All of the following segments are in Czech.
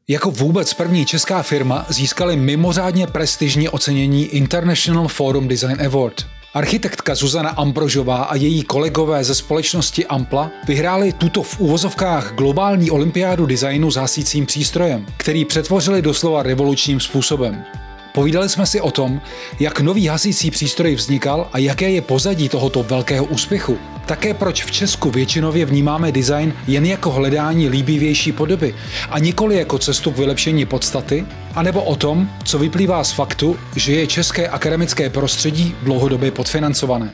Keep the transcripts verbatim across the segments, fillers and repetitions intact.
Jako vůbec první česká firma získali mimořádně prestižní ocenění International Forum Design Award. Architektka Zuzana Ambrožová a její kolegové ze společnosti Ampla vyhráli tuto v uvozovkách globální olympiádu designu s hasícím přístrojem, který přetvořili doslova revolučním způsobem. Povídali jsme si o tom, jak nový hasící přístroj vznikal a jaké je pozadí tohoto velkého úspěchu. Také proč v Česku většinově vnímáme design jen jako hledání líbivější podoby a nikoli jako cestu k vylepšení podstaty, anebo o tom, co vyplývá z faktu, že je české akademické prostředí dlouhodobě podfinancované.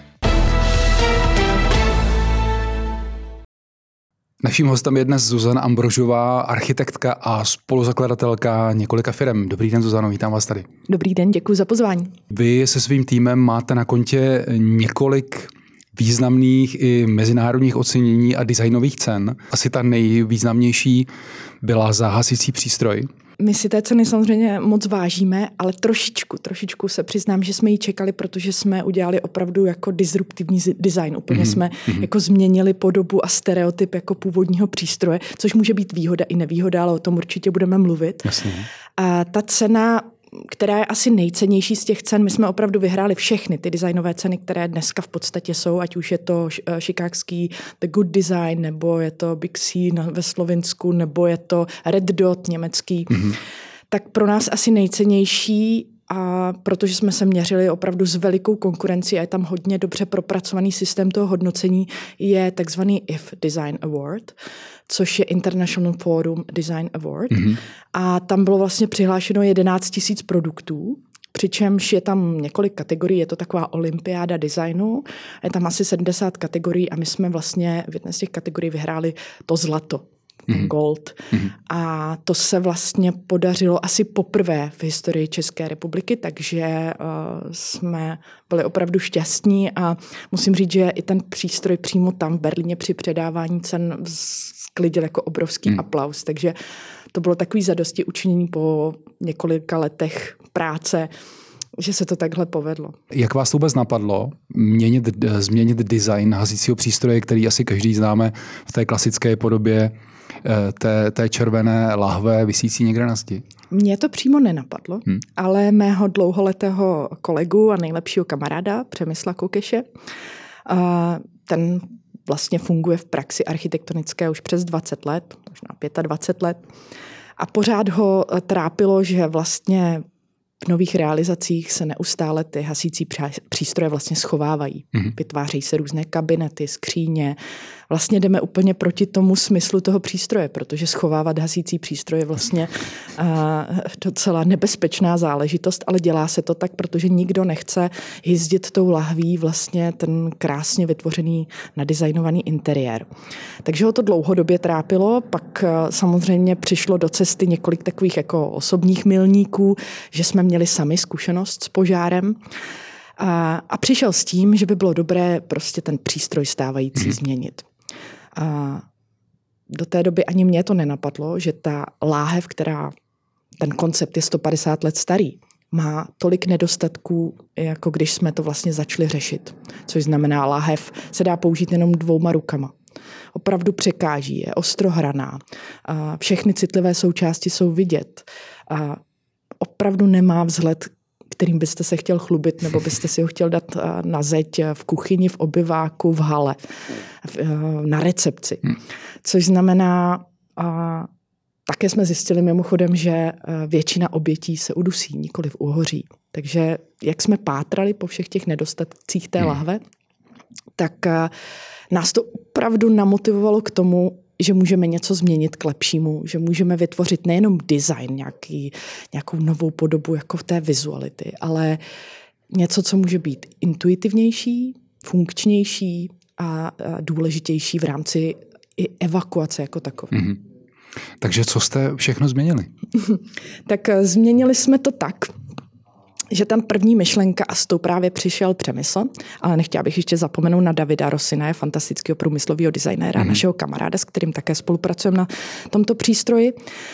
Naším hostem je dnes Zuzana Ambrožová, architektka a spoluzakladatelka několika firem. Dobrý den, Zuzano, vítám vás tady. Dobrý den, děkuji za pozvání. Vy se svým týmem máte na kontě několik významných i mezinárodních ocenění a designových cen. Asi ta nejvýznamnější byla za hasící přístroj. My si té ceny samozřejmě moc vážíme, ale trošičku, trošičku se přiznám, že jsme ji čekali, protože jsme udělali opravdu jako disruptivní design. Úplně mm-hmm. jsme mm-hmm. jako změnili podobu a stereotyp jako původního přístroje, což může být výhoda i nevýhoda, ale o tom určitě budeme mluvit. Jasně. A ta cena, která je asi nejcennější z těch cen, my jsme opravdu vyhráli všechny ty designové ceny, které dneska v podstatě jsou, ať už je to chicagský The Good Design, nebo je to Big C ve Slovinsku, nebo je to Red Dot německý. Mm-hmm. Tak pro nás asi nejcennější, a protože jsme se měřili opravdu s velikou konkurencí a je tam hodně dobře propracovaný systém toho hodnocení, je takzvaný I F Design Award, což je International Forum Design Award. Mm-hmm. A tam bylo vlastně přihlášeno jedenáct tisíc produktů, přičemž je tam několik kategorií, je to taková olympiáda designu, je tam asi sedmdesát kategorií a my jsme vlastně v jedné z těch kategorií vyhráli to zlato. Mm-hmm. Gold. Mm-hmm. A to se vlastně podařilo asi poprvé v historii České republiky, takže uh, jsme byli opravdu šťastní a musím říct, že i ten přístroj přímo tam v Berlíně při předávání cen sklidil jako obrovský mm. aplaus, takže to bylo takový zadosti učinění po několika letech práce, že se to takhle povedlo. Jak vás to vůbec napadlo měnit, změnit design hasícího přístroje, který asi každý známe v té klasické podobě té, té červené lahve visící někde na zdi? Mně to přímo nenapadlo, hmm. ale mého dlouholetého kolegu a nejlepšího kamaráda Přemysla Kokeše, ten vlastně funguje v praxi architektonické už přes dvacet let, možná dvacet pět let. A pořád ho trápilo, že vlastně v nových realizacích se neustále ty hasící přístroje vlastně schovávají. Mm-hmm. Vytvářejí se různé kabinety, skříně. Vlastně jdeme úplně proti tomu smyslu toho přístroje, protože schovávat hasící přístroje je vlastně uh, docela nebezpečná záležitost, ale dělá se to tak, protože nikdo nechce hyzdit tou lahví vlastně ten krásně vytvořený, nadizajnovaný interiér. Takže ho to dlouhodobě trápilo, pak uh, samozřejmě přišlo do cesty několik takových jako osobních milníků, že jsme měli sami zkušenost s požárem a, a přišel s tím, že by bylo dobré prostě ten přístroj stávající hmm. změnit. A do té doby ani mě to nenapadlo, že ta láhev, která, ten koncept je sto padesát let starý, má tolik nedostatků, jako když jsme to vlastně začali řešit. Což znamená, láhev se dá použít jenom dvouma rukama. Opravdu překáží, je ostrohraná. A všechny citlivé součásti jsou vidět. A opravdu nemá vzhled, kterým byste se chtěl chlubit, nebo byste si ho chtěl dát na zeď v kuchyni, v obyváku, v hale, na recepci. Hmm. Což znamená, a také jsme zjistili mimochodem, že většina obětí se udusí, nikoliv uhoří. Takže jak jsme pátrali po všech těch nedostatcích té lahve, tak nás to opravdu namotivovalo k tomu, že můžeme něco změnit k lepšímu, že můžeme vytvořit nejenom design, nějaký, nějakou novou podobu jako v té vizuality, ale něco, co může být intuitivnější, funkčnější a, a důležitější v rámci i evakuace jako takové. Mm-hmm. Takže co jste všechno změnili? Tak změnili jsme to tak, že tam první myšlenka a s tou právě přišel Přemysl, ale nechtěla bych ještě zapomenout na Davida Rosina, fantastického průmyslového designéra, mm. našeho kamaráda, s kterým také spolupracujeme na tomto přístroji,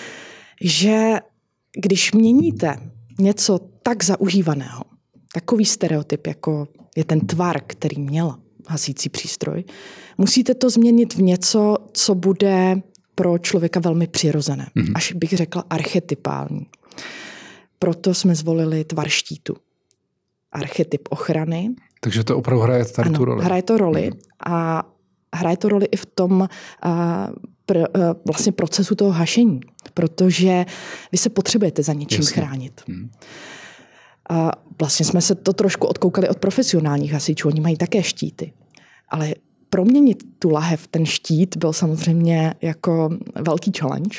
že když měníte něco tak zaužívaného, takový stereotyp, jako je ten tvar, který měl hasící přístroj, musíte to změnit v něco, co bude pro člověka velmi přirozené, mm-hmm. až bych řekla archetypální. Proto jsme zvolili tvar štítu. Archetyp ochrany. Takže to opravdu hraje tady ano, tu roli. hraje to roli mm-hmm. a hraje to roli i v tom a, pr, a, vlastně procesu toho hašení, protože vy se potřebujete za něčím Jasně. chránit. Mm-hmm. A vlastně jsme se to trošku odkoukali od profesionálních hasičů, oni mají také štíty, ale proměnit tu lahev, ten štít, byl samozřejmě jako velký challenge,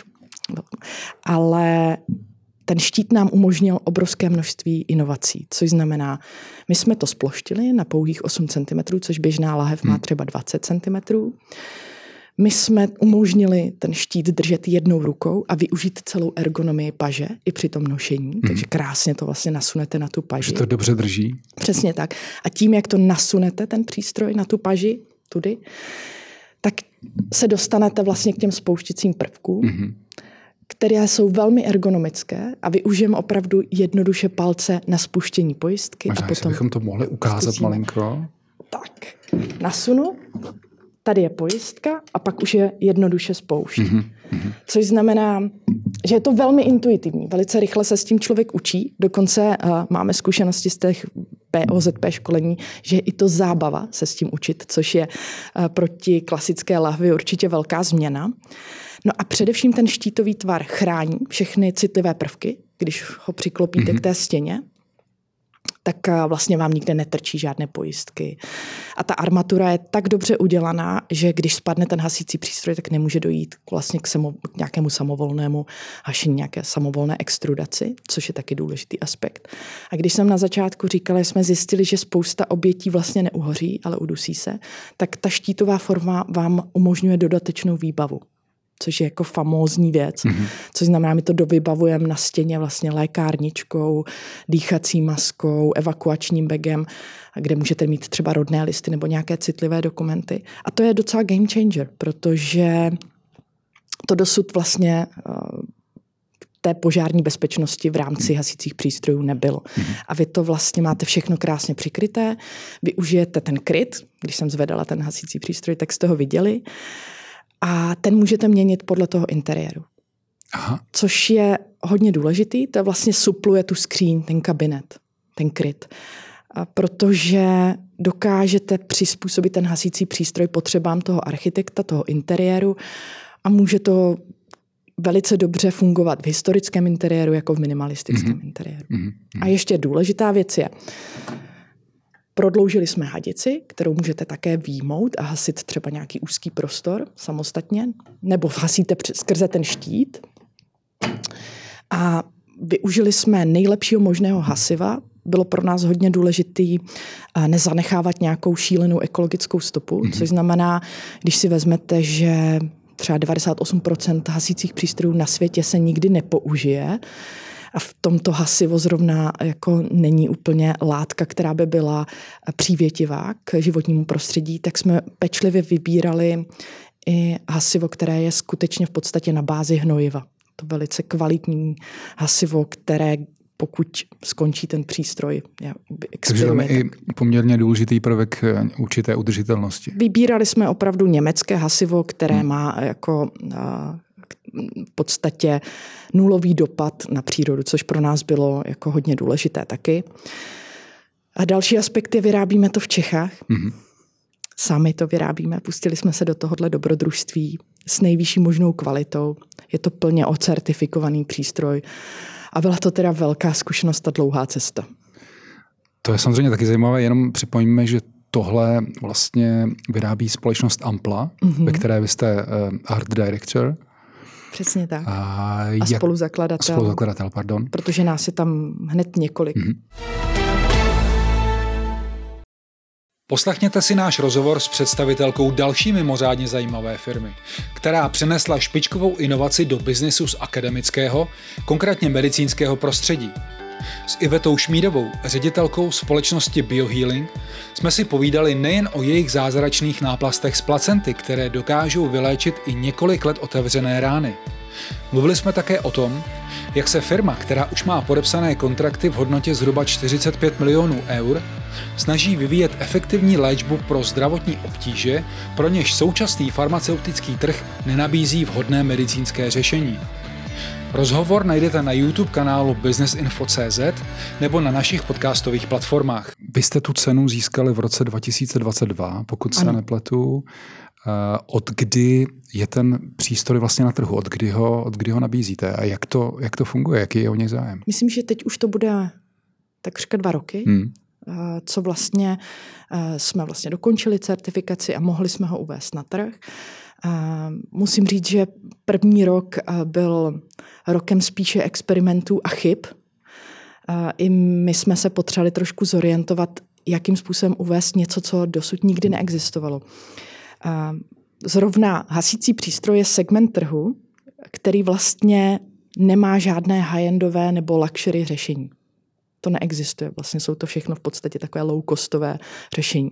ale ten štít nám umožnil obrovské množství inovací, což znamená, my jsme to sploštili na pouhých osm centimetrů, což běžná lahev má třeba dvacet centimetrů. My jsme umožnili ten štít držet jednou rukou a využít celou ergonomii paže i při tom nošení, hmm. takže krásně to vlastně nasunete na tu paži. Že to dobře drží. Přesně tak. A tím, jak to nasunete, ten přístroj na tu paži, tudy, tak se dostanete vlastně k těm spouštěcím prvkům, mm-hmm. které jsou velmi ergonomické a využijeme opravdu jednoduše palce na spuštění pojistky. Možná, a potom bychom to mohli ukázat zkusíme. Malinko. Tak, nasunu, tady je pojistka a pak už je jednoduše spoušť. Mm-hmm. Což znamená, že je to velmi intuitivní. Velice rychle se s tím člověk učí. Dokonce uh, máme zkušenosti z těch P O Z P školení, že je i to zábava se s tím učit, což je uh, proti klasické lahvi určitě velká změna. No a především ten štítový tvar chrání všechny citlivé prvky, když ho přiklopíte mm-hmm. k té stěně, tak vlastně vám nikde netrčí žádné pojistky. A ta armatura je tak dobře udělaná, že když spadne ten hasící přístroj, tak nemůže dojít vlastně k, samo, k nějakému samovolnému hašení, nějaké samovolné extrudaci, což je taky důležitý aspekt. A když jsem na začátku říkala, že jsme zjistili, že spousta obětí vlastně neuhoří, ale udusí se, tak ta štítová forma vám umožňuje dodatečnou výbavu, což je jako famózní věc, mm-hmm. což znamená, my to dovybavujeme na stěně vlastně lékárničkou, dýchací maskou, evakuačním bagem, kde můžete mít třeba rodné listy nebo nějaké citlivé dokumenty. A to je docela game changer, protože to dosud vlastně uh, té požární bezpečnosti v rámci hasících přístrojů nebylo. Mm-hmm. A vy to vlastně máte všechno krásně přikryté, využijete ten kryt, když jsem zvedala ten hasící přístroj, tak jste ho viděli, a ten můžete měnit podle toho interiéru. Aha. Což je hodně důležitý, to vlastně supluje tu skříň, ten kabinet, ten kryt. A protože dokážete přizpůsobit ten hasící přístroj potřebám toho architekta, toho interiéru a může to velice dobře fungovat v historickém interiéru jako v minimalistickém mm-hmm. interiéru. Mm-hmm. A ještě důležitá věc je, prodloužili jsme hadici, kterou můžete také výjmout a hasit třeba nějaký úzký prostor samostatně, nebo hasíte skrze ten štít. A využili jsme nejlepšího možného hasiva. Bylo pro nás hodně důležitý nezanechávat nějakou šílenou ekologickou stopu, mm-hmm. což znamená, když si vezmete, že třeba devadesát osm procent hasících přístrojů na světě se nikdy nepoužije, a v tomto hasivo zrovna jako není úplně látka, která by byla přívětivá k životnímu prostředí, tak jsme pečlivě vybírali i hasivo, které je skutečně v podstatě na bázi hnojiva. To velice kvalitní hasivo, které pokud skončí ten přístroj, je Takže tam je i poměrně důležitý prvek určité udržitelnosti. Vybírali jsme opravdu německé hasivo, které hmm. má jako v podstatě nulový dopad na přírodu, což pro nás bylo jako hodně důležité taky. A další aspekt je, vyrábíme to v Čechách. Mm-hmm. Sami to vyrábíme, pustili jsme se do tohohle dobrodružství s nejvyšší možnou kvalitou. Je to plně ocertifikovaný přístroj a byla to teda velká zkušenost a dlouhá cesta. To je samozřejmě taky zajímavé, jenom připomeňme, že tohle vlastně vyrábí společnost Ampla, mm-hmm. ve které vy jste uh, art director. Přesně tak. A, a jak... spoluzakladatel. Spoluzakladatel, pardon. Protože nás je tam hned několik. Mm-hmm. Poslechněte si náš rozhovor s představitelkou další mimořádně zajímavé firmy, která přenesla špičkovou inovaci do biznesu z akademického, konkrétně medicínského prostředí. S Ivetou Šmídovou, ředitelkou společnosti Biohealing, jsme si povídali nejen o jejich zázračných náplastech z placenty, které dokážou vyléčit i několik let otevřené rány. Mluvili jsme také o tom, jak se firma, která už má podepsané kontrakty v hodnotě zhruba čtyřicet pět milionů eur, snaží vyvíjet efektivní léčbu pro zdravotní obtíže, pro něž současný farmaceutický trh nenabízí vhodné medicínské řešení. Rozhovor najdete na YouTube kanálu business info tečka cé zet nebo na našich podcastových platformách. Vy jste tu cenu získali v roce dva tisíce dvacet dva, pokud se ano. nepletu. Od kdy je ten přístroj vlastně na trhu? Od kdy ho, od kdy ho nabízíte? A jak to, jak to funguje? Jaký je o něj zájem? Myslím, že teď už to bude takřka dva roky, hmm. co vlastně jsme vlastně dokončili certifikaci a mohli jsme ho uvést na trh. Musím říct, že první rok byl rokem spíše experimentů a chyb. I my jsme se potřebovali trošku zorientovat, jakým způsobem uvést něco, co dosud nikdy neexistovalo. Zrovna hasící přístroj je segment trhu, který vlastně nemá žádné high-endové nebo luxury řešení. To neexistuje. Vlastně jsou to všechno v podstatě takové low-costové řešení.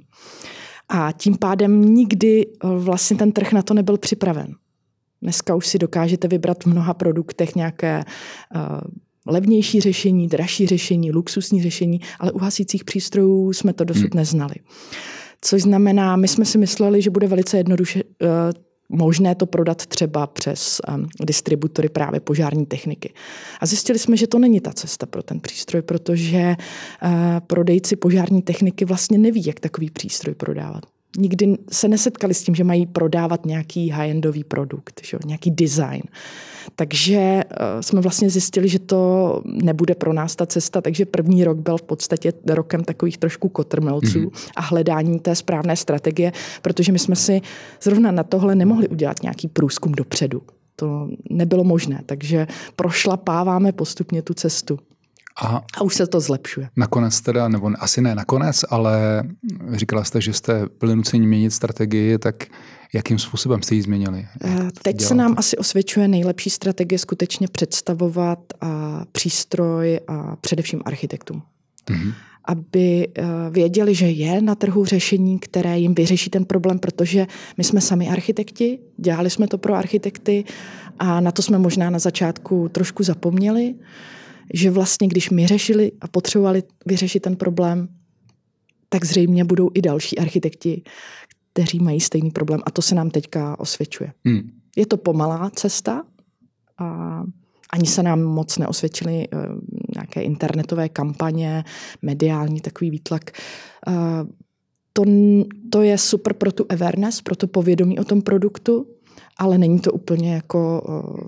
A tím pádem nikdy vlastně ten trh na to nebyl připraven. Dneska už si dokážete vybrat v mnoha produktech nějaké uh, levnější řešení, dražší řešení, luxusní řešení, ale u hasících přístrojů jsme to dosud hmm. neznali. Což znamená, my jsme si mysleli, že bude velice jednoduše uh, možné to prodat třeba přes um, distributory právě požární techniky. A zjistili jsme, že to není ta cesta pro ten přístroj, protože uh, prodejci požární techniky vlastně neví, jak takový přístroj prodávat. Nikdy se nesetkali s tím, že mají prodávat nějaký high-endový produkt, že? Nějaký design. Takže uh, jsme vlastně zjistili, že to nebude pro nás ta cesta, takže první rok byl v podstatě rokem takových trošku kotrmelců mm-hmm. a hledání té správné strategie, protože my jsme si zrovna na tohle nemohli udělat nějaký průzkum dopředu. To nebylo možné, takže prošlapáváme postupně tu cestu. A, a už se to zlepšuje. Nakonec teda, nebo asi ne nakonec, ale říkala jste, že jste byli nuceni měnit strategii, tak jakým způsobem jste ji změnili? Teď děláte? Se nám asi osvědčuje nejlepší strategie skutečně představovat a přístroj a především architektům. Mm-hmm. Aby věděli, že je na trhu řešení, které jim vyřeší ten problém, protože my jsme sami architekti, dělali jsme to pro architekty a na to jsme možná na začátku trošku zapomněli, že vlastně, když my řešili a potřebovali vyřešit ten problém, tak zřejmě budou i další architekti, kteří mají stejný problém. A to se nám teďka osvědčuje. Hmm. Je to pomalá cesta a ani se nám moc neosvědčily uh, nějaké internetové kampaně, mediální takový výtlak. Uh, to, to je super pro tu awareness, pro to povědomí o tom produktu, ale není to úplně jako... Uh,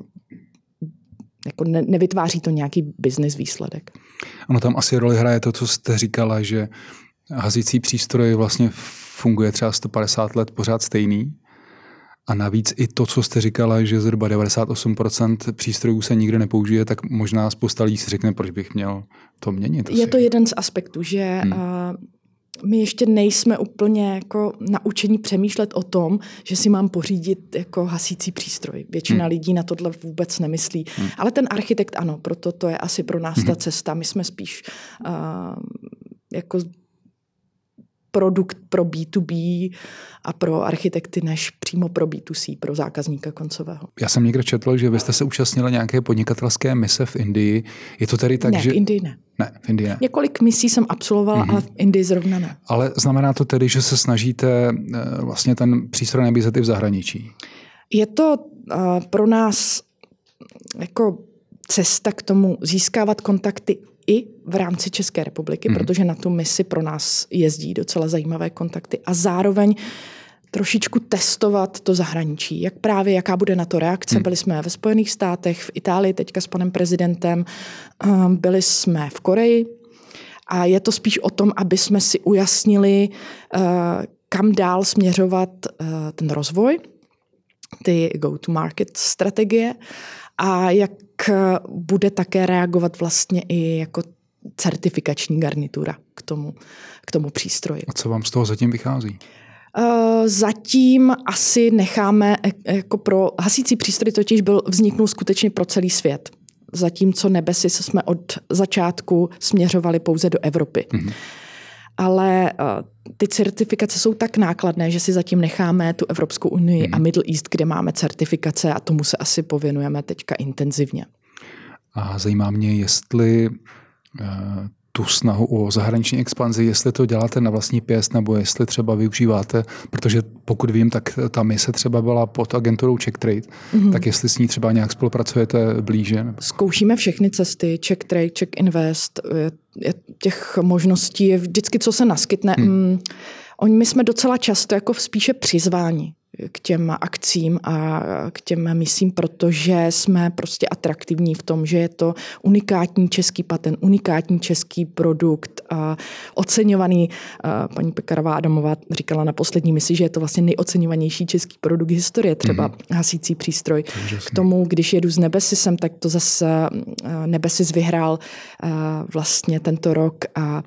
Jako ne, nevytváří to nějaký business výsledek. Ano, tam asi roli hraje to, co jste říkala, že hasící přístroj vlastně funguje třeba sto padesát let pořád stejný. A navíc i to, co jste říkala, že zhruba devadesát osm procent přístrojů se nikdy nepoužije, tak možná spousta lidí si řekne, proč bych měl to měnit. Je to jeden z aspektů, že hmm. uh, my ještě nejsme úplně jako naučení přemýšlet o tom, že si mám pořídit jako hasící přístroj. Většina hmm. lidí na tohle vůbec nemyslí. Hmm. Ale ten architekt ano, proto to je asi pro nás hmm. ta cesta. My jsme spíš uh, jako produkt pro bé dvě bé a pro architekty, než přímo pro bé dvě cé, pro zákazníka koncového. Já jsem někde četl, že vy jste se účastnila nějaké podnikatelské mise v Indii. Je to tedy tak, ne, že... v Indii ne. Ne, v Indii ne. Několik misí jsem absolvovala, mm-hmm. ale v Indii zrovna ne. Ale znamená to tedy, že se snažíte vlastně ten přístroj nabízet i v zahraničí? Je to uh, pro nás jako cesta k tomu získávat kontakty i v rámci České republiky, mm. protože na tu misi pro nás jezdí docela zajímavé kontakty a zároveň trošičku testovat to zahraničí. Jak právě, jaká bude na to reakce. Mm. Byli jsme ve Spojených státech, v Itálii teďka s panem prezidentem, byli jsme v Koreji a je to spíš o tom, aby jsme si ujasnili, kam dál směřovat ten rozvoj, ty go-to-market strategie a jak bude také reagovat vlastně i jako certifikační garnitura k tomu, k tomu přístroji. A co vám z toho zatím vychází? Zatím asi necháme, jako pro hasící přístroj totiž byl, vzniknul skutečně pro celý svět. zatímco Nebesys jsme od začátku směřovali pouze do Evropy. Mm-hmm. Ale ty certifikace jsou tak nákladné, že si zatím necháme tu Evropskou unii mm-hmm. a Middle East, kde máme certifikace a tomu se asi pověnujeme teďka intenzivně. A zajímá mě, jestli tu snahu o zahraniční expanzi, jestli to děláte na vlastní pěst, nebo jestli třeba využíváte, protože pokud vím, tak ta mise třeba byla pod agenturou CzechTrade, mm-hmm. tak jestli s ní třeba nějak spolupracujete blíže? Nebo? Zkoušíme všechny cesty, CzechTrade, CzechInvest, těch možností je vždycky, co se naskytne. Hmm. Oni my jsme docela často jako spíše přizváni k těm akcím a k těm misím, protože jsme prostě atraktivní v tom, že je to unikátní český patent, unikátní český produkt, a oceňovaný. Paní Pekarová Adamová říkala na poslední misi, že je to vlastně nejoceňovanější český produkt historie, třeba mm-hmm. hasící přístroj. K tomu, když jedu s Nebesysem, tak to zase Nebesys vyhrál vlastně tento rok a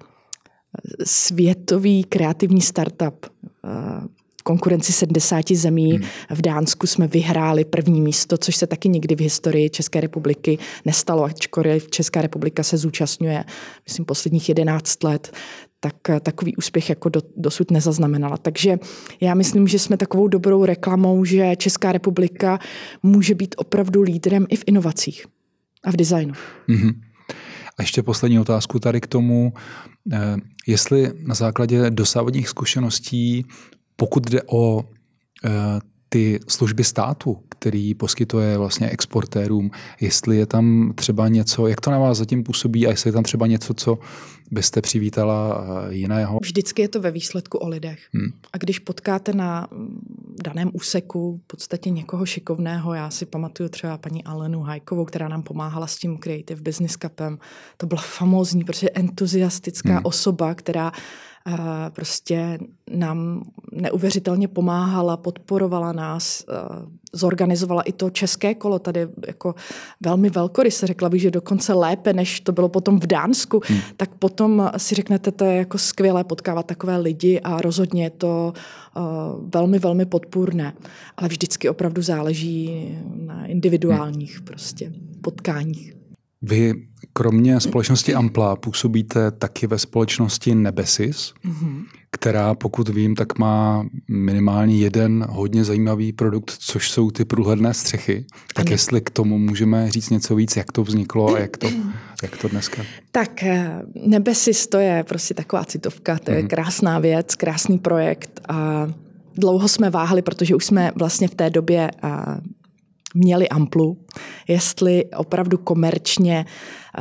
světový kreativní startup konkurenci sedmdesáti zemí. Hmm. V Dánsku jsme vyhráli první místo, což se taky nikdy v historii České republiky nestalo. Ačkoliv Česká republika se zúčastňuje, myslím, posledních jedenáct let, tak takový úspěch jako do, dosud nezaznamenala. Takže já myslím, že jsme takovou dobrou reklamou, že Česká republika může být opravdu lídrem i v inovacích a v designu. Hmm. A ještě poslední otázku tady k tomu, jestli na základě dosavadních zkušeností, pokud jde o e, ty služby státu, který poskytuje vlastně exportérům, jestli je tam třeba něco, jak to na vás zatím působí a jestli je tam třeba něco, co byste přivítala jiného? Vždycky je to ve výsledku o lidech. Hmm. A když potkáte na daném úseku v podstatě někoho šikovného, já si pamatuju třeba paní Alenu Hajkovou, která nám pomáhala s tím Creative Business Cupem, to byla famózní, prostě entuziastická hmm. osoba, která prostě nám neuvěřitelně pomáhala, podporovala nás, zorganizovala i to české kolo tady jako velmi velkoryse, řekla bych, že dokonce lépe, než to bylo potom v Dánsku, hmm. tak potom si řeknete, to je jako skvělé potkávat takové lidi a rozhodně je to uh, velmi, velmi podpůrné. Ale vždycky opravdu záleží na individuálních hmm. prostě potkáních. Vy kromě společnosti Ampla působíte taky ve společnosti Nebesys, mm-hmm. která, pokud vím, tak má minimálně jeden hodně zajímavý produkt, což jsou ty průhledné střechy. Tak ano. Jestli k tomu můžeme říct něco víc, jak to vzniklo a jak to, jak to dneska? Tak Nebesys to je prostě taková citovka, to je mm-hmm. krásná věc, krásný projekt a dlouho jsme váhali, protože už jsme vlastně v té době a, měli Amplu, jestli opravdu komerčně uh,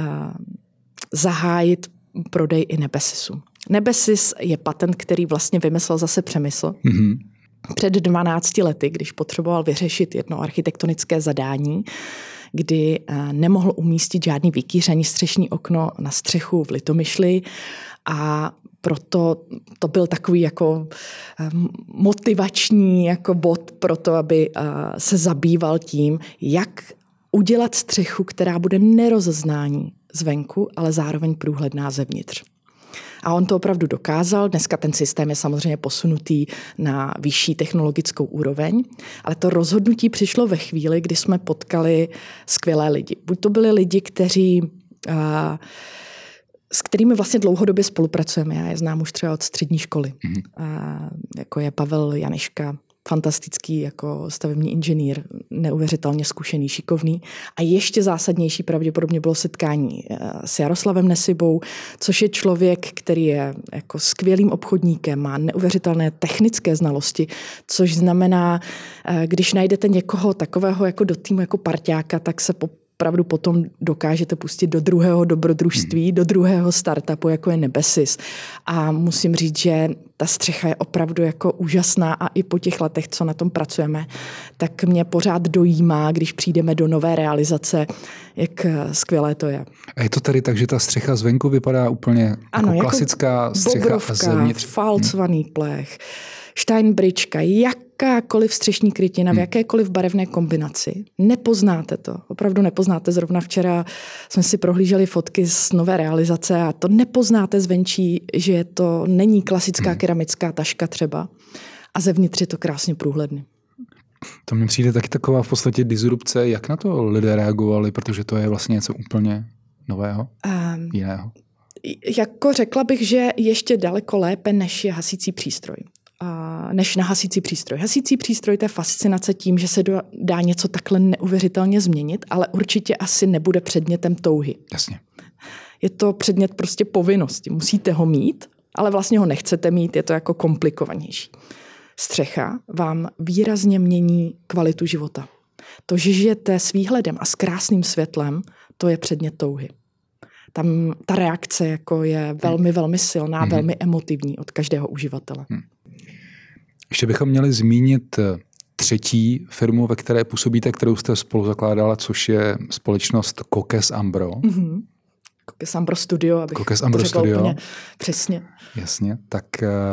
zahájit prodej i Nebesisu. Nebesys je patent, který vlastně vymyslel zase Přemysl. Mm-hmm. Před dvanácti lety, když potřeboval vyřešit jedno architektonické zadání, kdy uh, nemohl umístit žádný výkýř ani střešní okno na střechu v Litomyšli a proto to byl takový jako motivační jako bod pro to, aby se zabýval tím, jak udělat střechu, která bude nerozeznání zvenku, ale zároveň průhledná zevnitř. A on to opravdu dokázal. Dneska ten systém je samozřejmě posunutý na vyšší technologickou úroveň, ale to rozhodnutí přišlo ve chvíli, kdy jsme potkali skvělé lidi. Buď to byli lidi, kteří a, s kterými vlastně dlouhodobě spolupracujeme. Já je znám už třeba od střední školy. Mm-hmm. A, jako je Pavel Janiška, fantastický jako stavební inženýr, neuvěřitelně zkušený, šikovný. A ještě zásadnější pravděpodobně bylo setkání s Jaroslavem Nesybou, což je člověk, který je jako skvělým obchodníkem, má neuvěřitelné technické znalosti, což znamená, když najdete někoho takového jako do týmu, jako parťáka, tak se po opravdu potom dokážete pustit do druhého dobrodružství, do druhého startupu, jako je Nebesys. A musím říct, že ta střecha je opravdu jako úžasná a i po těch letech, co na tom pracujeme, tak mě pořád dojímá, když přijdeme do nové realizace, jak skvělé to je. A je to tady tak, že ta střecha zvenku vypadá úplně ano, jako klasická jako střecha a zevnitř? Falcovaný hmm. plech, Steinbrička, jakákoliv střešní krytina, v jakékoliv barevné kombinaci. Nepoznáte to. Opravdu nepoznáte. Zrovna včera jsme si prohlíželi fotky z nové realizace a to nepoznáte zvenčí, že to není klasická keramická taška třeba. A zevnitř je to krásně průhledný. To mně přijde taky taková v podstatě disrupce. Jak na to lidé reagovali, protože to je vlastně něco úplně nového, um, jiného? Jako řekla bych, že ještě daleko lépe, než je hasící přístroj. Uh, než na hasící přístroj. Hasící přístroj, to je fascinace tím, že se do, dá něco takhle neuvěřitelně změnit, ale určitě asi nebude předmětem touhy. Jasně. Je to předmět prostě povinnosti. Musíte ho mít, ale vlastně ho nechcete mít, je to jako komplikovanější. Střecha vám výrazně mění kvalitu života. To, že žijete s výhledem a s krásným světlem, to je předmět touhy. Tam ta reakce jako je velmi, velmi silná, hmm. velmi emotivní od každého uživatele. Hmm. Ještě bychom měli zmínit třetí firmu, ve které působíte, kterou jste spolu zakládala, což je společnost Kokes Ambro. Mm-hmm. Kokes Ambro Studio, abych Kokes Ambro to řekla Studio. úplně přesně. Jasně, tak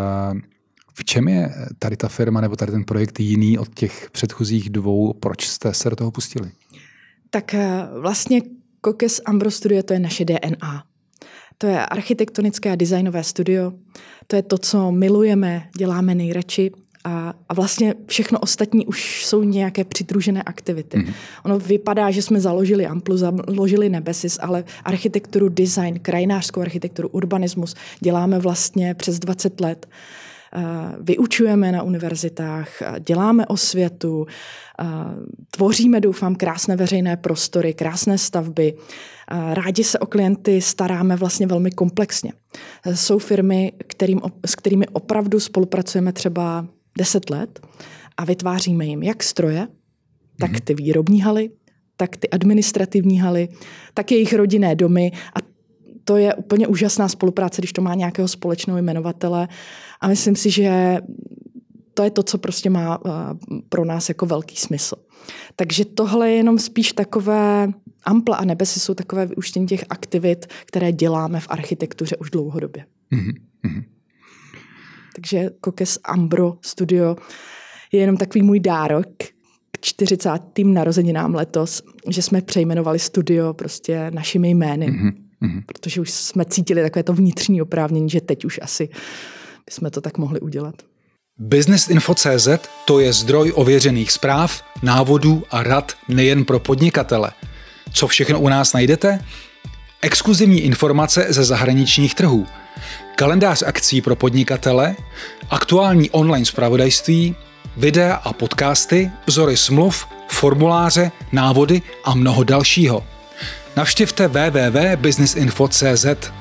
v čem je tady ta firma nebo tady ten projekt jiný od těch předchozích dvou? Proč jste se do toho pustili? Tak vlastně Kokes Ambro Studio, to je naše D N A. To je architektonické a designové studio. To je to, co milujeme, děláme nejradši a, a vlastně všechno ostatní už jsou nějaké přidružené aktivity. Mm. Ono vypadá, že jsme založili Amplu, založili Nebesis, ale architekturu, design, krajinářskou architekturu, urbanismus děláme vlastně přes dvacet let. Vyučujeme na univerzitách, děláme osvětu, tvoříme, doufám, krásné veřejné prostory, krásné stavby. Rádi se o klienty staráme vlastně velmi komplexně. Jsou firmy, kterým, s kterými opravdu spolupracujeme třeba deset let a vytváříme jim jak stroje, tak ty výrobní haly, tak ty administrativní haly, tak jejich rodinné domy a to je úplně úžasná spolupráce, když to má nějakého společného jmenovatele a myslím si, že to je to, co prostě má pro nás jako velký smysl. Takže tohle je jenom spíš takové, Ampla a Nebesis jsou takové vyústění těch aktivit, které děláme v architektuře už dlouhodobě. Mm-hmm. Takže Kokes Ambro Studio je jenom takový můj dárok k čtyřicátým narozeninám letos, že jsme přejmenovali studio prostě našimi jmény. Mm-hmm. Mm-hmm. Protože už jsme cítili takové to vnitřní oprávnění, že teď už asi bychom to tak mohli udělat. Businessinfo tečka cé zet to je zdroj ověřených zpráv, návodů a rad nejen pro podnikatele. Co všechno u nás najdete? Exkluzivní informace ze zahraničních trhů, kalendář akcí pro podnikatele, aktuální online zpravodajství, videa a podcasty, vzory smluv, formuláře, návody a mnoho dalšího. Navštivte w w w tečka businessinfo tečka cé zet.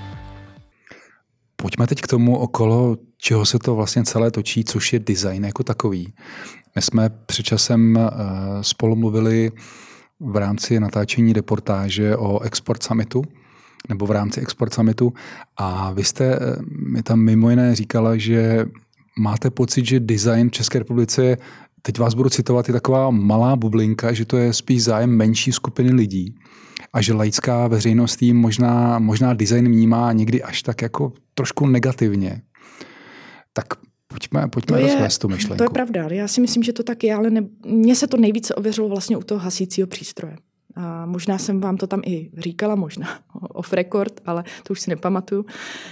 Pojďme teď k tomu, okolo čeho se to vlastně celé točí, což je design jako takový. My jsme před časem spolu mluvili v rámci natáčení reportáže o Export Summitu, nebo v rámci Export Summitu a vy jste mi tam mimo jiné říkala, že máte pocit, že design v České republice, teď vás budu citovat, je taková malá bublinka, že to je spíš zájem menší skupiny lidí. A že laická veřejnost jim možná, možná design vnímá někdy až tak jako trošku negativně. Tak pojďme, pojďme rozvést tu myšlenku. To je pravda, já si myslím, že to tak je, ale ne, mně se to nejvíce ověřilo vlastně u toho hasícího přístroje. A možná jsem vám to tam i říkala, možná off record, ale to už si nepamatuju.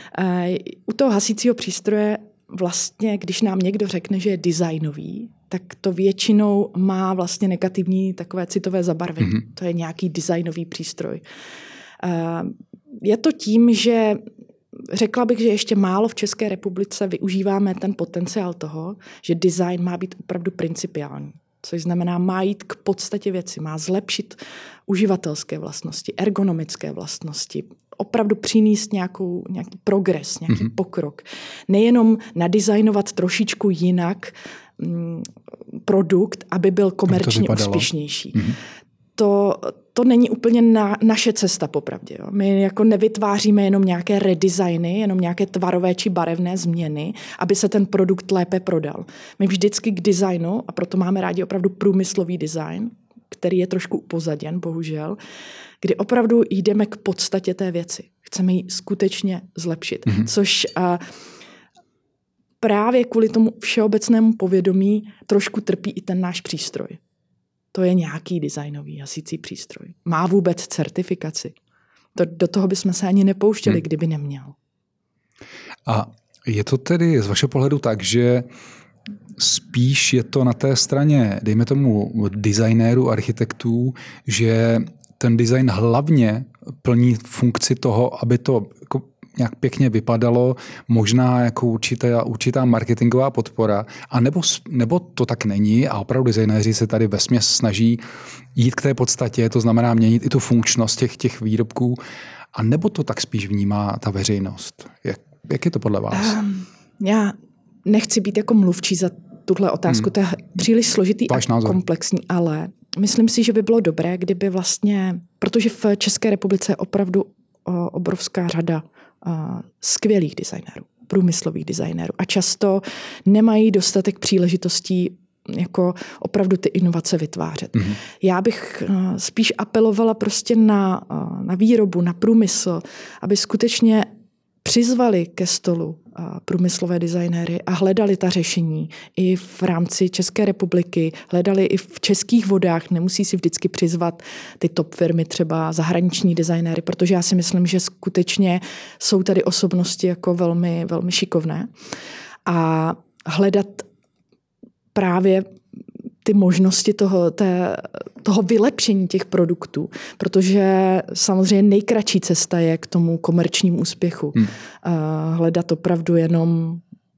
U toho hasícího přístroje vlastně, když nám někdo řekne, že je designový, tak to většinou má vlastně negativní takové citové zabarvení. Mm-hmm. To je nějaký designový přístroj. Je to tím, že řekla bych, že ještě málo v České republice využíváme ten potenciál toho, že design má být opravdu principiální. Což znamená, má jít k podstatě věci, má zlepšit uživatelské vlastnosti, ergonomické vlastnosti, opravdu přinést nějakou, nějaký progres, nějaký mm-hmm. pokrok. Nejenom nadizajnovat trošičku jinak mm, produkt, aby byl komerčně úspěšnější. Mm-hmm. To, to není úplně na, naše cesta popravdě. Jo. My jako nevytváříme jenom nějaké redesigny, jenom nějaké tvarové či barevné změny, aby se ten produkt lépe prodal. My vždycky k designu, a proto máme rádi opravdu průmyslový design, který je trošku upozaděn, bohužel, kdy opravdu jdeme k podstatě té věci. Chceme ji skutečně zlepšit. Mm-hmm. Což a, právě kvůli tomu všeobecnému povědomí trošku trpí i ten náš přístroj. To je nějaký designový hasící přístroj. Má vůbec certifikaci. To, do toho bychom se ani nepouštěli, hmm. kdyby neměl. A je to tedy z vašeho pohledu tak, že spíš je to na té straně, dejme tomu, designérů, architektů, že ten design hlavně plní funkci toho, aby to jako nějak pěkně vypadalo, možná jako určitá, určitá marketingová podpora, a nebo, nebo to tak není a opravdu designéři se tady vesměs snaží jít k té podstatě, to znamená měnit i tu funkčnost těch, těch výrobků, a nebo to tak spíš vnímá ta veřejnost. Jak, jak je to podle vás? Um, já nechci být jako mluvčí za tuhle otázku, hmm. to je příliš složitý Váš a názor. komplexní, ale myslím si, že by bylo dobré, kdyby vlastně, protože v České republice je opravdu o, obrovská řada o, skvělých designérů, průmyslových designérů a často nemají dostatek příležitostí jako opravdu ty inovace vytvářet. Mm-hmm. Já bych o, spíš apelovala prostě na, o, na výrobu, na průmysl, aby skutečně přizvali ke stolu průmyslové designéry a hledali ta řešení i v rámci České republiky, hledali i v českých vodách, nemusí si vždycky přizvat ty top firmy, třeba zahraniční designéry, protože já si myslím, že skutečně jsou tady osobnosti jako velmi, velmi šikovné a hledat právě ty možnosti toho, té, toho vylepšení těch produktů, protože samozřejmě nejkratší cesta je k tomu komerčnímu úspěchu. Hmm. Hledat opravdu jenom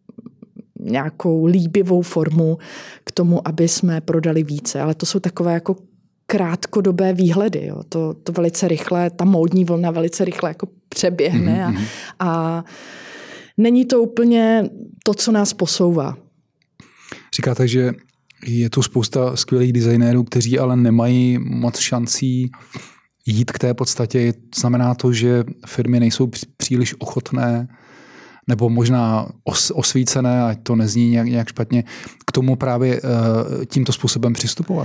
nějakou líbivou formu k tomu, aby jsme prodali více. Ale to jsou takové jako krátkodobé výhledy. Jo. To, to velice rychle, ta módní vlna velice rychle jako přeběhne hmm. a, a není to úplně to, co nás posouvá. Říkáte, že je tu spousta skvělých designérů, kteří ale nemají moc šancí jít k té podstatě. Znamená to, že firmy nejsou příliš ochotné nebo možná os, osvícené, ať to nezní nějak, nějak špatně, k tomu právě uh, tímto způsobem přistupovat?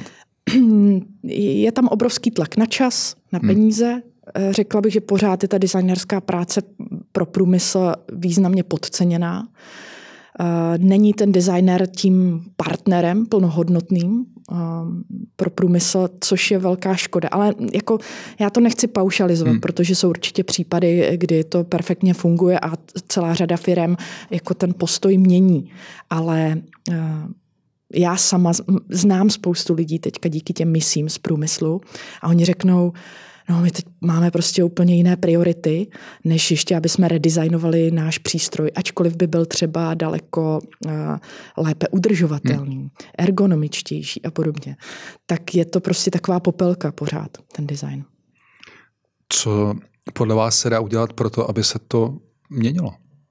Je tam obrovský tlak na čas, na peníze. Hmm. Řekla bych, že pořád je ta designerská práce pro průmysl významně podceněná. Není ten designer tím partnerem plnohodnotným pro průmysl, což je velká škoda. Ale jako já to nechci paušalizovat, hmm. protože jsou určitě případy, kdy to perfektně funguje a celá řada firem jako ten postoj mění. Ale já sama znám spoustu lidí teďka díky těm misím z průmyslu a oni řeknou, no my teď máme prostě úplně jiné priority, než ještě, aby jsme redesignovali náš přístroj, ačkoliv by byl třeba daleko uh, lépe udržovatelný, hmm. ergonomičtější a podobně. Tak je to prostě taková popelka pořád, ten design. Co podle vás se dá udělat pro to, aby se to měnilo?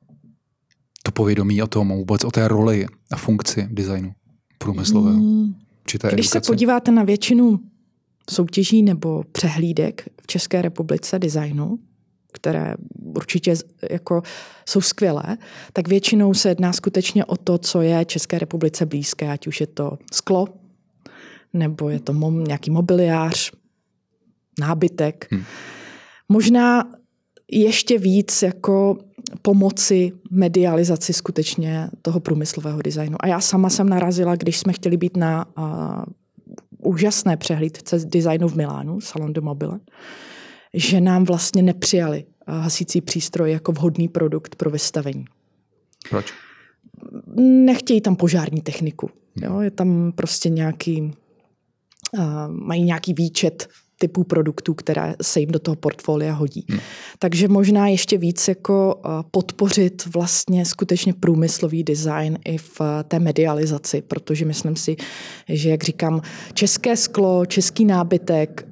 To povědomí o tom, vůbec o té roli a funkci designu průmyslového. Hmm. Či té Když edukace? se podíváte na většinu soutěží nebo přehlídek v České republice designu, které určitě jako jsou skvělé, tak většinou se jedná skutečně o to, co je České republice blízké, ať už je to sklo, nebo je to mom, nějaký mobiliář, nábytek. Hmm. Možná ještě víc jako pomoci medializaci skutečně toho průmyslového designu. A já sama jsem narazila, když jsme chtěli být na uh, úžasné přehlídce designu v Milánu, Salon de Mobile, že nám vlastně nepřijali hasící přístroj jako vhodný produkt pro vystavení. Proč? Nechtějí tam požární techniku. Jo? Je tam prostě nějaký, uh, mají nějaký výčet typů produktů, které se jim do toho portfolia hodí. Hmm. Takže možná ještě víc jako podpořit vlastně skutečně průmyslový design i v té medializaci, protože myslím si, že jak říkám, české sklo, český nábytek,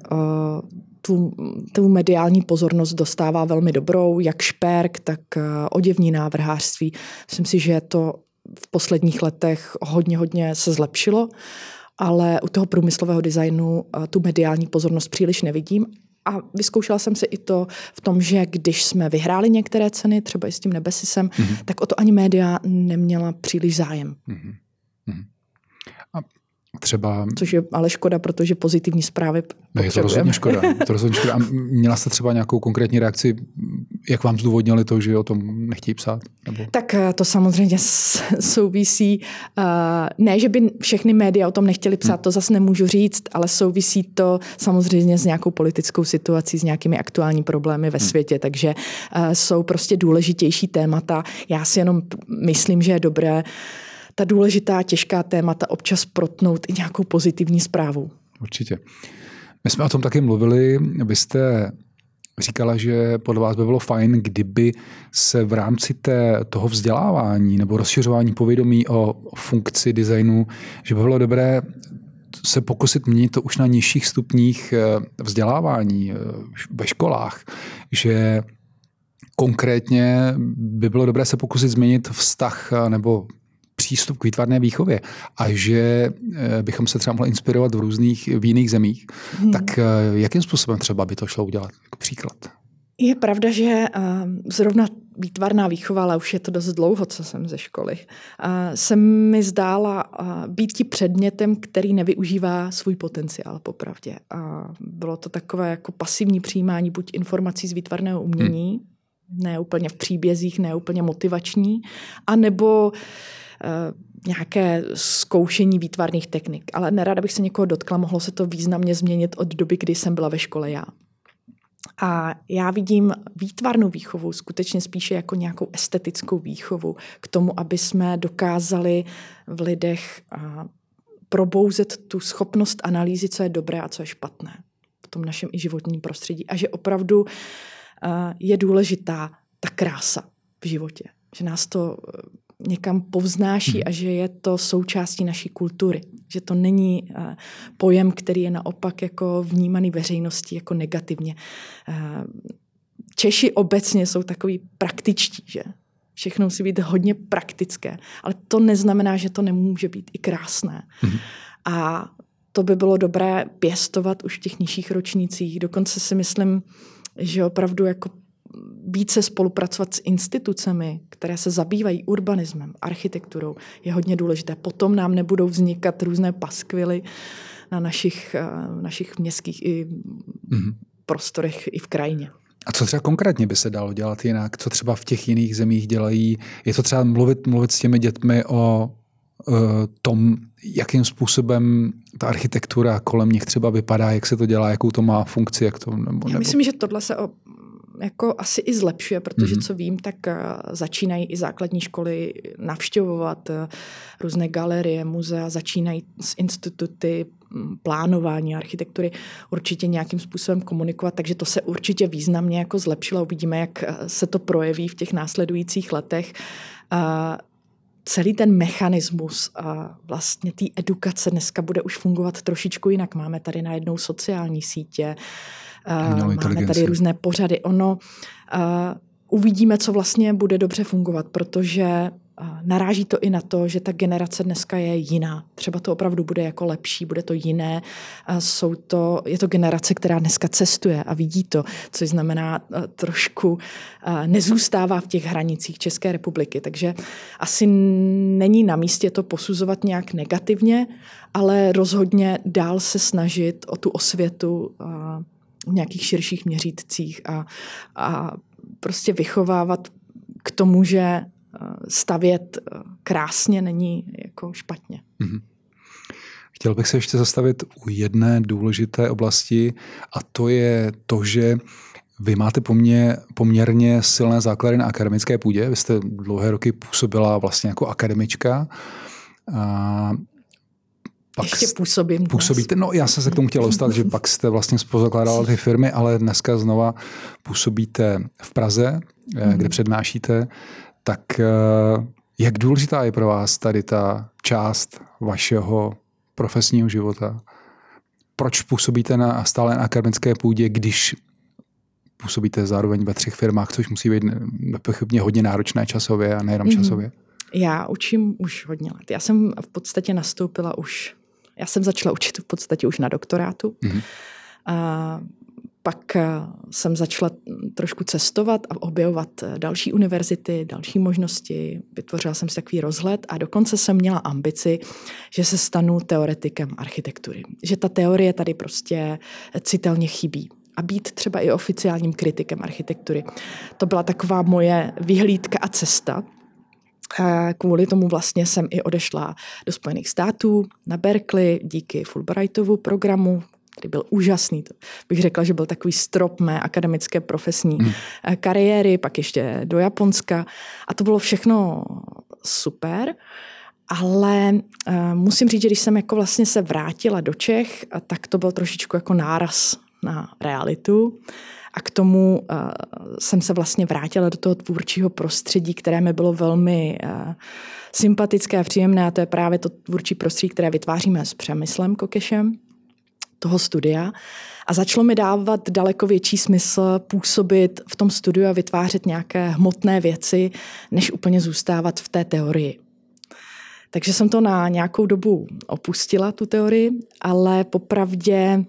tu, tu mediální pozornost dostává velmi dobrou, jak šperk, tak oděvní návrhářství. Myslím si, že to v posledních letech hodně, hodně se zlepšilo, ale u toho průmyslového designu tu mediální pozornost příliš nevidím. A vyzkoušela jsem si i to v tom, že když jsme vyhráli některé ceny, třeba i s tím Nebesisem, mm-hmm. tak o to ani média neměla příliš zájem. Mm-hmm. A třeba... Což je ale škoda, protože pozitivní zprávy potřebujeme. Je to rozhodně škoda. To rozhodně škoda. A měla jste třeba nějakou konkrétní reakci, jak vám zdůvodnili to, že o tom nechtějí psát? Nebo... Tak to samozřejmě souvisí. Ne, že by všechny média o tom nechtěli psát, hmm. to zase nemůžu říct, ale souvisí to samozřejmě s nějakou politickou situací, s nějakými aktuální problémy ve hmm. světě, takže jsou prostě důležitější témata. Já si jenom myslím, že je dobré ta důležitá, těžká témata občas protnout i nějakou pozitivní zprávou. Určitě. My jsme o tom taky mluvili. Vy jste říkala, že podle vás by bylo fajn, kdyby se v rámci té, toho vzdělávání nebo rozšiřování povědomí o, o funkci designu, že by bylo dobré se pokusit měnit to už na nižších stupních vzdělávání ve školách, že konkrétně by bylo dobré se pokusit změnit vztah nebo přístup k výtvarné výchově a že bychom se třeba mohli inspirovat v různých, v jiných zemích. Hmm. Tak jakým způsobem třeba by to šlo udělat jako příklad? Je pravda, že zrovna výtvarná výchova, ale už je to dost dlouho, co jsem ze školy, se mi zdála být tím předmětem, který nevyužívá svůj potenciál popravdě. A bylo to takové jako pasivní přijímání buď informací z výtvarného umění, hmm. ne úplně v příbězích, ne úplně motivační, anebo nějaké zkoušení výtvarných technik. Ale nerada bych se někoho dotkla, mohlo se to významně změnit od doby, kdy jsem byla ve škole já. A já vidím výtvarnou výchovu skutečně spíše jako nějakou estetickou výchovu k tomu, aby jsme dokázali v lidech probouzet tu schopnost analýzy, co je dobré a co je špatné v tom našem i životním prostředí. A že opravdu je důležitá ta krása v životě. Že nás to někam povznáší a že je to součástí naší kultury. Že to není uh, pojem, který je naopak jako vnímaný veřejností jako negativně. Uh, Češi obecně jsou takový praktičtí, že? Všechno musí být hodně praktické. Ale to neznamená, že to nemůže být i krásné. Mm-hmm. A to by bylo dobré pěstovat už v těch nižších ročnících. Dokonce si myslím, že opravdu jako více spolupracovat s institucemi, které se zabývají urbanismem, architekturou, je hodně důležité. Potom nám nebudou vznikat různé paskvily na našich, našich městských i mm-hmm. prostorech i v krajině. A co třeba konkrétně by se dalo dělat jinak? Co třeba v těch jiných zemích dělají? Je to třeba mluvit, mluvit s těmi dětmi o uh, tom, jakým způsobem ta architektura kolem nich třeba vypadá, jak se to dělá, jakou to má funkci? Jak to, nebo, nebo... Já myslím, že tohle se o jako asi i zlepšuje, protože co vím, tak začínají i základní školy navštěvovat různé galerie, muzea, začínají s instituty plánování architektury určitě nějakým způsobem komunikovat, takže to se určitě významně jako zlepšilo. Uvidíme, jak se to projeví v těch následujících letech. Celý ten mechanismus a vlastně té edukace dneska bude už fungovat trošičku jinak. Máme tady najednou sociální sítě, máme tady různé pořady. Ono uh, uvidíme, co vlastně bude dobře fungovat, protože uh, naráží to i na to, že ta generace dneska je jiná. Třeba to opravdu bude jako lepší, bude to jiné. Uh, jsou to, je to generace, která dneska cestuje a vidí to, což znamená uh, trošku uh, nezůstává v těch hranicích České republiky. Takže asi není na místě to posuzovat nějak negativně, ale rozhodně dál se snažit o tu osvětu uh, v nějakých širších měřítcích a, a prostě vychovávat k tomu, že stavět krásně není jako špatně. Mm-hmm. Chtěl bych se ještě zastavit u jedné důležité oblasti a to je to, že vy máte poměr, poměrně silné základy na akademické půdě. Vy jste dlouhé roky působila vlastně jako akademička. A Pak ještě působím. Působíte, no já jsem se k tomu chtěla dostat, že pak jste vlastně spoluzakládala ty firmy, ale dneska znova působíte v Praze, mm. kde přednášíte. Tak jak důležitá je pro vás tady ta část vašeho profesního života? Proč působíte na stále na akademické půdě, když působíte zároveň ve třech firmách, což musí být nepochybně hodně náročné časově a nejenom časově? Já učím už hodně let. Já jsem v podstatě nastoupila už, já jsem začala učit v podstatě už na doktorátu. Mm-hmm. A pak jsem začala trošku cestovat a objevovat další univerzity, další možnosti. Vytvořila jsem si takový rozhled a dokonce jsem měla ambici, že se stanu teoretikem architektury. Že ta teorie tady prostě citelně chybí. A být třeba i oficiálním kritikem architektury. To byla taková moje vyhlídka a cesta. Kvůli tomu vlastně jsem i odešla do Spojených států, na Berkeley, díky Fulbrightovu programu, který byl úžasný. To bych řekla, že byl takový strop mé akademické profesní hmm. kariéry, pak ještě do Japonska. A to bylo všechno super. Ale uh, musím říct, že když jsem jako vlastně se vrátila do Čech, tak to byl trošičku jako náraz na realitu. A k tomu uh, jsem se vlastně vrátila do toho tvůrčího prostředí, které mi bylo velmi uh, sympatické a příjemné. A to je právě to tvůrčí prostředí, které vytváříme s Přemyslem Kokešem, toho studia. A začalo mi dávat daleko větší smysl působit v tom studiu a vytvářet nějaké hmotné věci, než úplně zůstávat v té teorii. Takže jsem to na nějakou dobu opustila, tu teorii, ale popravdě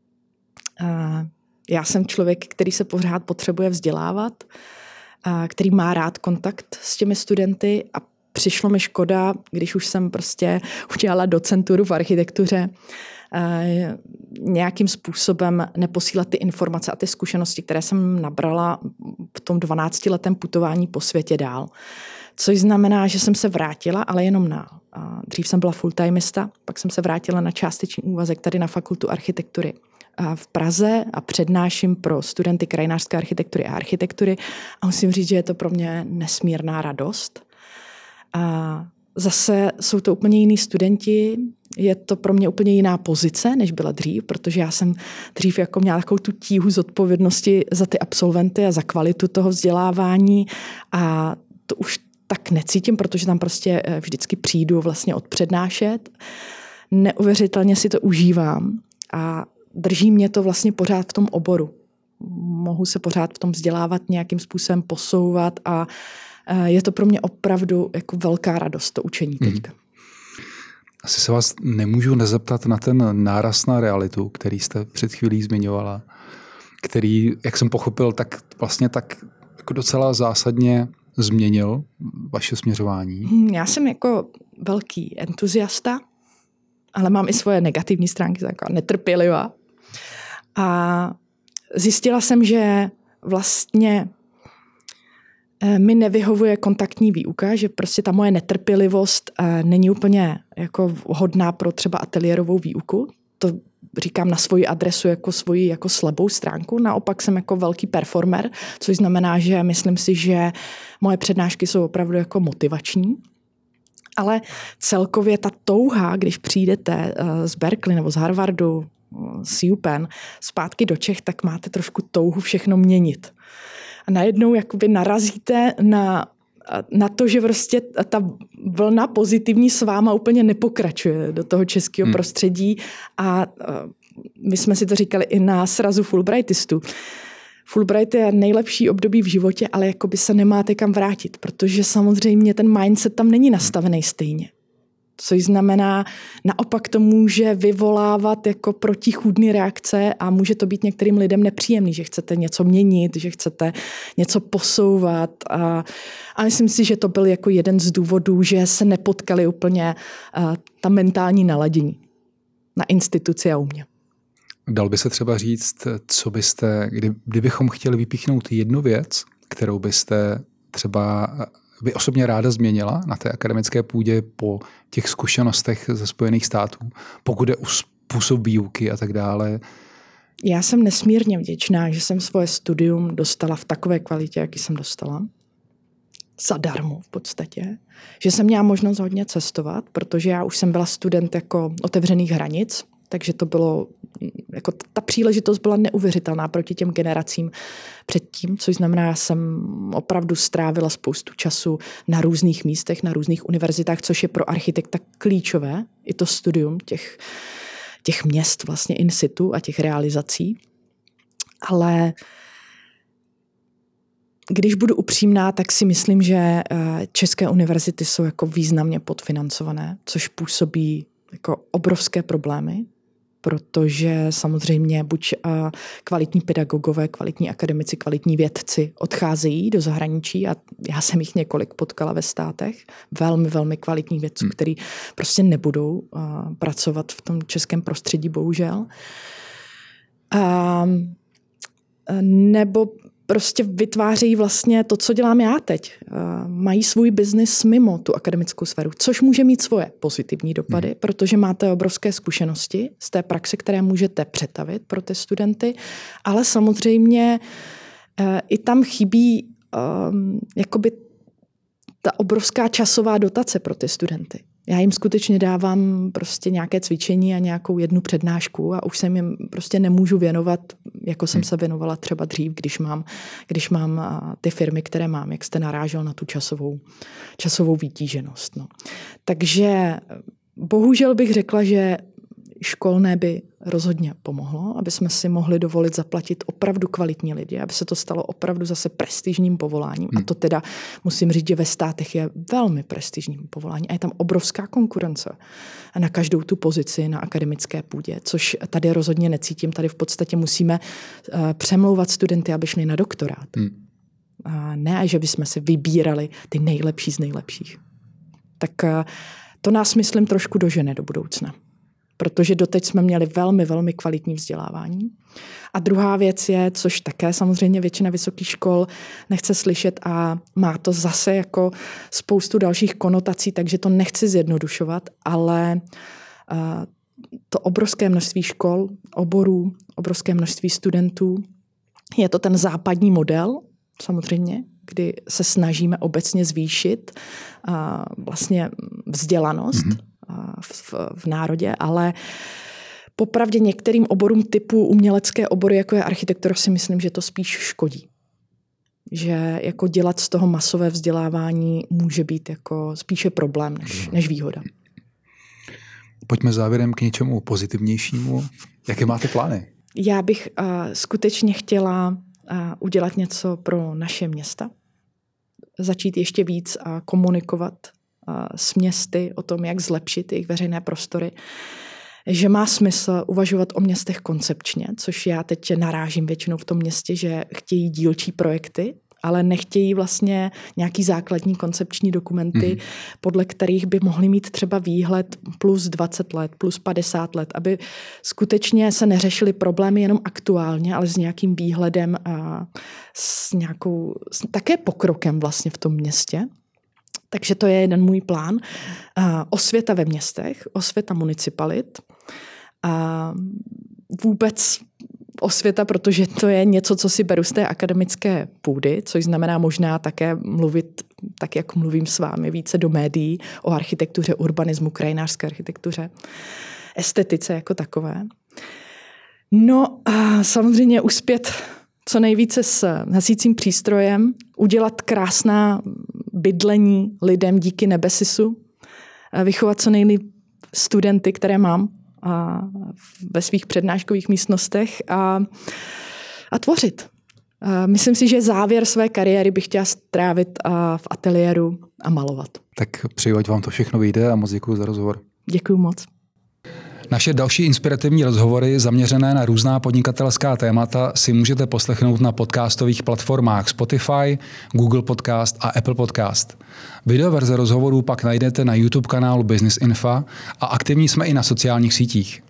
uh, já jsem člověk, který se pořád potřebuje vzdělávat, uh, který má rád kontakt s těmi studenty a přišlo mi škoda, když už jsem prostě udělala docenturu v architektuře, uh, nějakým způsobem neposílat ty informace a ty zkušenosti, které jsem nabrala v tom dvanáctiletém putování po světě dál. Což znamená, že jsem se vrátila, ale jenom na, dřív jsem byla full-timista, pak jsem se vrátila na částečný úvazek tady na Fakultu architektury v Praze a přednáším pro studenty krajinářské architektury a architektury a musím říct, že je to pro mě nesmírná radost. A zase jsou to úplně jiní studenti, je to pro mě úplně jiná pozice, než byla dřív, protože já jsem dřív jako měla takovou tu tíhu zodpovědnosti za ty absolventy a za kvalitu toho vzdělávání a to už tak necítím, protože tam prostě vždycky přijdu vlastně odpřednášet. Neuvěřitelně si to užívám a drží mě to vlastně pořád v tom oboru. Mohu se pořád v tom vzdělávat, nějakým způsobem posouvat a je to pro mě opravdu jako velká radost to učení teďka. Hmm. Asi se vás nemůžu nezeptat na ten náraz na realitu, který jste před chvílí zmiňovala, který, jak jsem pochopil, tak vlastně tak jako docela zásadně změnil vaše směřování? Já jsem jako velký entuziasta, ale mám i svoje negativní stránky, taková netrpělivá. A zjistila jsem, že vlastně mi nevyhovuje kontaktní výuka, že prostě ta moje netrpělivost není úplně jako vhodná pro třeba ateliérovou výuku. To říkám na svoji adresu jako svoji jako slabou stránku. Naopak jsem jako velký performer, což znamená, že myslím si, že moje přednášky jsou opravdu jako motivační. Ale celkově ta touha, když přijdete z Berkeley nebo z Harvardu, z UPenn, zpátky do Čech, tak máte trošku touhu všechno měnit. A najednou jakoby narazíte na, na to, že prostě ta vlna pozitivní s váma úplně nepokračuje do toho českého hmm. prostředí a my jsme si to říkali i na srazu Fulbrightistů. Fulbright je nejlepší období v životě, ale jakoby se nemáte kam vrátit, protože samozřejmě ten mindset tam není nastavený stejně. Což znamená, naopak to může vyvolávat jako protichůdné reakce a může to být některým lidem nepříjemný, že chcete něco měnit, že chcete něco posouvat. A, a myslím si, že to byl jako jeden z důvodů, že se nepotkali úplně a, ta mentální naladění na instituci a u mě. Dal by se třeba říct, co byste, kdy, kdybychom chtěli vypíchnout jednu věc, kterou byste třeba by osobně ráda změnila na té akademické půdě po těch zkušenostech ze Spojených států, pokud je o způsob výuky a tak dále? Já jsem nesmírně vděčná, že jsem svoje studium dostala v takové kvalitě, jaký jsem dostala. Zadarmo v podstatě. Že jsem měla možnost hodně cestovat, protože já už jsem byla student jako otevřených hranic, takže to bylo, jako ta příležitost byla neuvěřitelná proti těm generacím předtím, což znamená, já jsem opravdu strávila spoustu času na různých místech, na různých univerzitách, což je pro architekta klíčové, i to studium těch, těch měst vlastně in situ a těch realizací. Ale když budu upřímná, tak si myslím, že české univerzity jsou jako významně podfinancované, což působí jako obrovské problémy, protože samozřejmě buď kvalitní pedagogové, kvalitní akademici, kvalitní vědci odcházejí do zahraničí a já jsem jich několik potkala ve státech, velmi, velmi kvalitních vědců, hmm. kteří prostě nebudou pracovat v tom českém prostředí, bohužel. A, nebo prostě vytvářejí vlastně to, co dělám já teď. Mají svůj biznis mimo tu akademickou sféru, což může mít svoje pozitivní dopady, hmm. protože máte obrovské zkušenosti z té praxe, které můžete přetavit pro ty studenty, ale samozřejmě i tam chybí um, jakoby ta obrovská časová dotace pro ty studenty. Já jim skutečně dávám prostě nějaké cvičení a nějakou jednu přednášku a už se jim prostě nemůžu věnovat, jako jsem se věnovala třeba dřív, když mám, když mám ty firmy, které mám, jak jste narážel na tu časovou, časovou vytíženost. No. Takže bohužel bych řekla, že školné by rozhodně pomohlo, aby jsme si mohli dovolit zaplatit opravdu kvalitní lidi, aby se to stalo opravdu zase prestižním povoláním. Hmm. A to teda musím říct, že ve státech je velmi prestižním povolání a je tam obrovská konkurence na každou tu pozici na akademické půdě, což tady rozhodně necítím. Tady v podstatě musíme uh, přemlouvat studenty, aby šli na doktorát. Hmm. A ne, že bychom si vybírali ty nejlepší z nejlepších. Tak uh, to nás, myslím, trošku dožene do budoucna. Protože doteď jsme měli velmi, velmi kvalitní vzdělávání. A druhá věc je, což také samozřejmě většina vysokých škol nechce slyšet a má to zase jako spoustu dalších konotací, takže to nechci zjednodušovat, ale to obrovské množství škol, oborů, obrovské množství studentů, je to ten západní model, samozřejmě, kdy se snažíme obecně zvýšit vlastně vzdělanost, mm-hmm. V, v národě, ale popravdě některým oborům typu umělecké obory, jako je architektura, si myslím, že to spíš škodí. Že jako dělat z toho masové vzdělávání může být jako spíše problém než, než výhoda. Pojďme závěrem k něčemu pozitivnějšímu. Jaké máte plány? Já bych uh, skutečně chtěla uh, udělat něco pro naše města. Začít ještě víc uh, komunikovat s městy o tom, jak zlepšit jejich veřejné prostory, že má smysl uvažovat o městech koncepčně, což já teď narážím většinou v tom městě, že chtějí dílčí projekty, ale nechtějí vlastně nějaký základní koncepční dokumenty, mm. podle kterých by mohli mít třeba výhled plus dvacet let, plus padesát let, aby skutečně se neřešily problémy jenom aktuálně, ale s nějakým výhledem a s nějakou, s také pokrokem vlastně v tom městě. Takže to je jeden můj plán. Osvěta ve městech, osvěta municipalit a vůbec osvěta, protože to je něco, co si beru z té akademické půdy, což znamená možná také mluvit, tak jak mluvím s vámi, více do médií o architektuře, urbanismu, krajinářské architektuře, estetice jako takové. No a samozřejmě uspět co nejvíce s hasícím přístrojem, udělat krásná bydlení lidem díky Nebesisu, vychovat co nejlíp studenty, které mám a ve svých přednáškových místnostech a, a tvořit. A myslím si, že závěr své kariéry bych chtěla strávit a v ateliéru a malovat. Tak přeju, ať vám to všechno vyjde a moc děkuji za rozhovor. Děkuji moc. Naše další inspirativní rozhovory zaměřené na různá podnikatelská témata si můžete poslechnout na podcastových platformách Spotify, Google Podcast a Apple Podcast. Videoverze rozhovorů pak najdete na YouTube kanálu Business Info a aktivní jsme i na sociálních sítích.